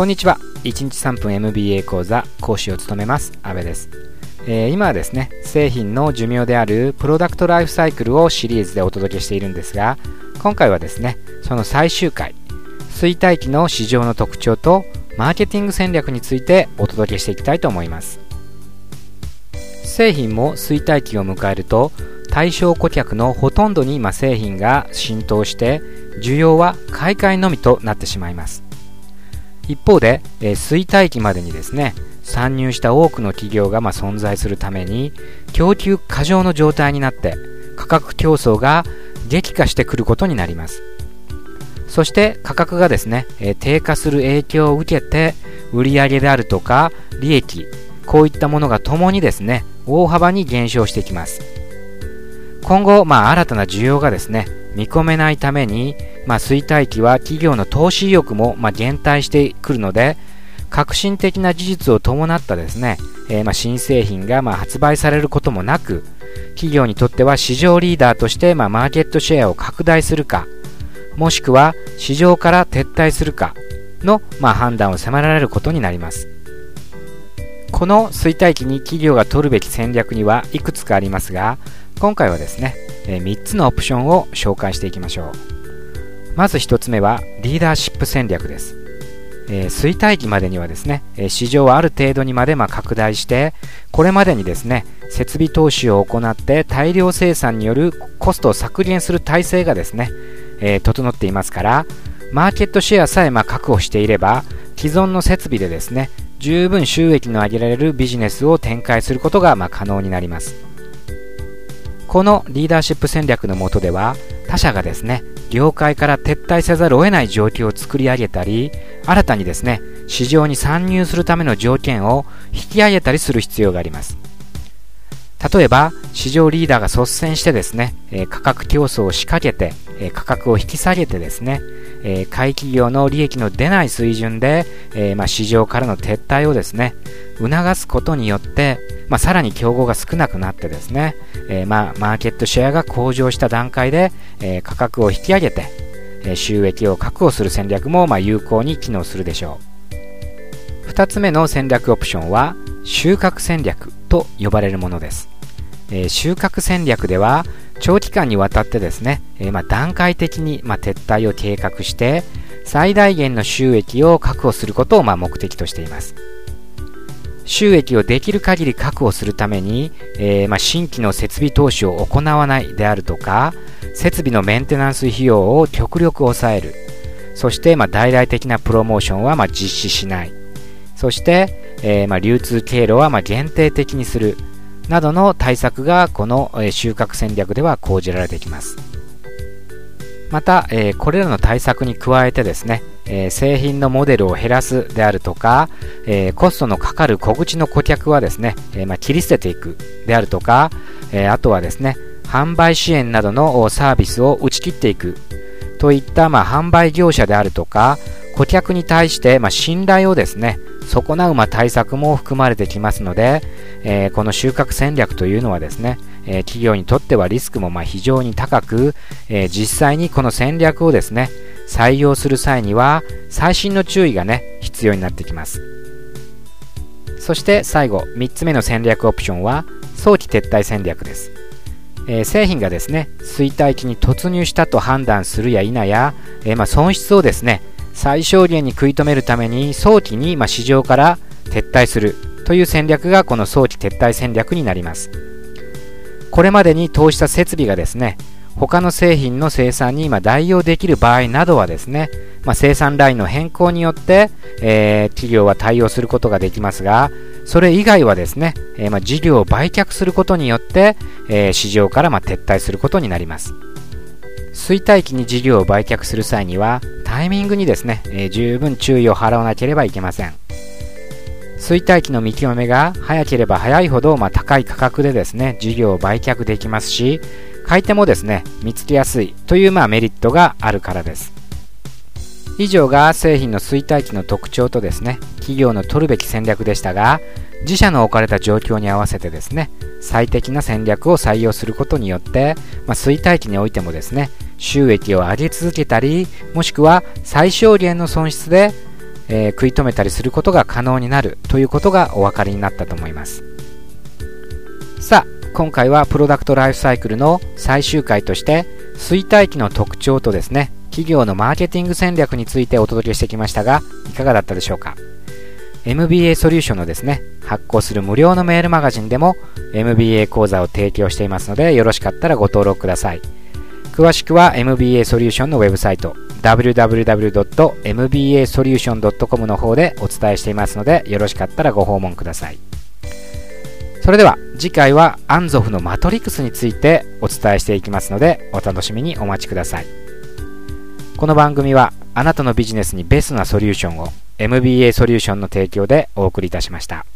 こんにちは。1日3分 MBA 講座講師を務めます阿部です。今はですね、製品の寿命であるプロダクトライフサイクルをシリーズでお届けしているんですが、今回はですね、その最終回、衰退期の市場の特徴とマーケティング戦略についてお届けしていきたいと思います。製品も衰退期を迎えると、対象顧客のほとんどに製品が浸透して需要は買い替えのみとなってしまいます。一方で、衰退期までにですね、参入した多くの企業が存在するために供給過剰の状態になって価格競争が激化してくることになります。そして価格がですね、低下する影響を受けて売上であるとか利益、こういったものがともにですね、大幅に減少してきます。今後、新たな需要がですね、見込めないために、衰退期は企業の投資意欲も減退してくるので、革新的な技術を伴ったですね、新製品が発売されることもなく、企業にとっては市場リーダーとしてマーケットシェアを拡大するか、もしくは市場から撤退するかの判断を迫られることになります。この衰退期に企業が取るべき戦略にはいくつかありますが、今回はですね、3つのオプションを紹介していきましょう。まず1つ目はリーダーシップ戦略です。衰退期までにはですね、市場はある程度にまで拡大して、これまでにですね、設備投資を行って大量生産によるコストを削減する体制がですね、整っていますから、マーケットシェアさえ確保していれば、既存の設備でですね、十分収益の上げられるビジネスを展開することが可能になります。このリーダーシップ戦略の下では、他社がですね、業界から撤退せざるを得ない状況を作り上げたり、新たにですね、市場に参入するための条件を引き上げたりする必要があります。例えば、市場リーダーが率先してですね、価格競争を仕掛けて、価格を引き下げてですね、下位企業の利益の出ない水準で、市場からの撤退をですね、促すことによって、さらに競合が少なくなってですね、マーケットシェアが向上した段階で、価格を引き上げて、収益を確保する戦略も有効に機能するでしょう。2つ目の戦略オプションは収穫戦略と呼ばれるものです。収穫戦略では長期間にわたってですね、段階的に撤退を計画して最大限の収益を確保することを目的としています。収益をできる限り確保するために、新規の設備投資を行わないであるとか、設備のメンテナンス費用を極力抑える、そして大々的なプロモーションは実施しない、そして、流通経路は限定的にするなどの対策がこの収穫戦略では講じられてきます。また、これらの対策に加えてですね、製品のモデルを減らすであるとか、コストのかかる小口の顧客はですね、切り捨てていくであるとか、あとはですね、販売支援などのサービスを打ち切っていくといった販売業者であるとか、顧客に対して信頼をですね、損なう対策も含まれてきますので、この収穫戦略というのはですね、企業にとってはリスクも非常に高く、実際にこの戦略をですね、採用する際には細心の注意が必要になってきます。そして最後、3つ目の戦略オプションは早期撤退戦略です。製品がですね、衰退期に突入したと判断するや否や、損失をですね、最小限に食い止めるために早期に市場から撤退するという戦略がこの早期撤退戦略になります。これまでに投資した設備がですね、他の製品の生産に代用できる場合などはですね、生産ラインの変更によって、企業は対応することができますが、それ以外はですね、事業を売却することによって、市場から撤退することになります。衰退期に事業を売却する際にはタイミングにですね、十分注意を払わなければいけません。衰退期の見極めが早ければ早いほど、高い価格でですね、事業を売却できますし、買い手もですね、見つけやすいというメリットがあるからです。以上が製品の衰退期の特徴とですね、企業の取るべき戦略でしたが、自社の置かれた状況に合わせてですね、最適な戦略を採用することによって、衰退期においてもですね、収益を上げ続けたり、もしくは最小限の損失で、 食い止めたりすることが可能になるということがお分かりになったと思います。さあ、今回はプロダクトライフサイクルの最終回として衰退期の特徴とですね、企業のマーケティング戦略についてお届けしてきましたが、いかがだったでしょうか。 MBA ソリューションのですね、発行する無料のメールマガジンでも MBA 講座を提供していますので、よろしかったらご登録ください。詳しくは MBA ソリューションのウェブサイト www.mbasolution.com の方でお伝えしていますので、よろしかったらご訪問ください。それでは次回はアンゾフのマトリックスについてお伝えしていきますので、お楽しみにお待ちください。この番組はあなたのビジネスにベストなソリューションを MBA ソリューションの提供でお送りいたしました。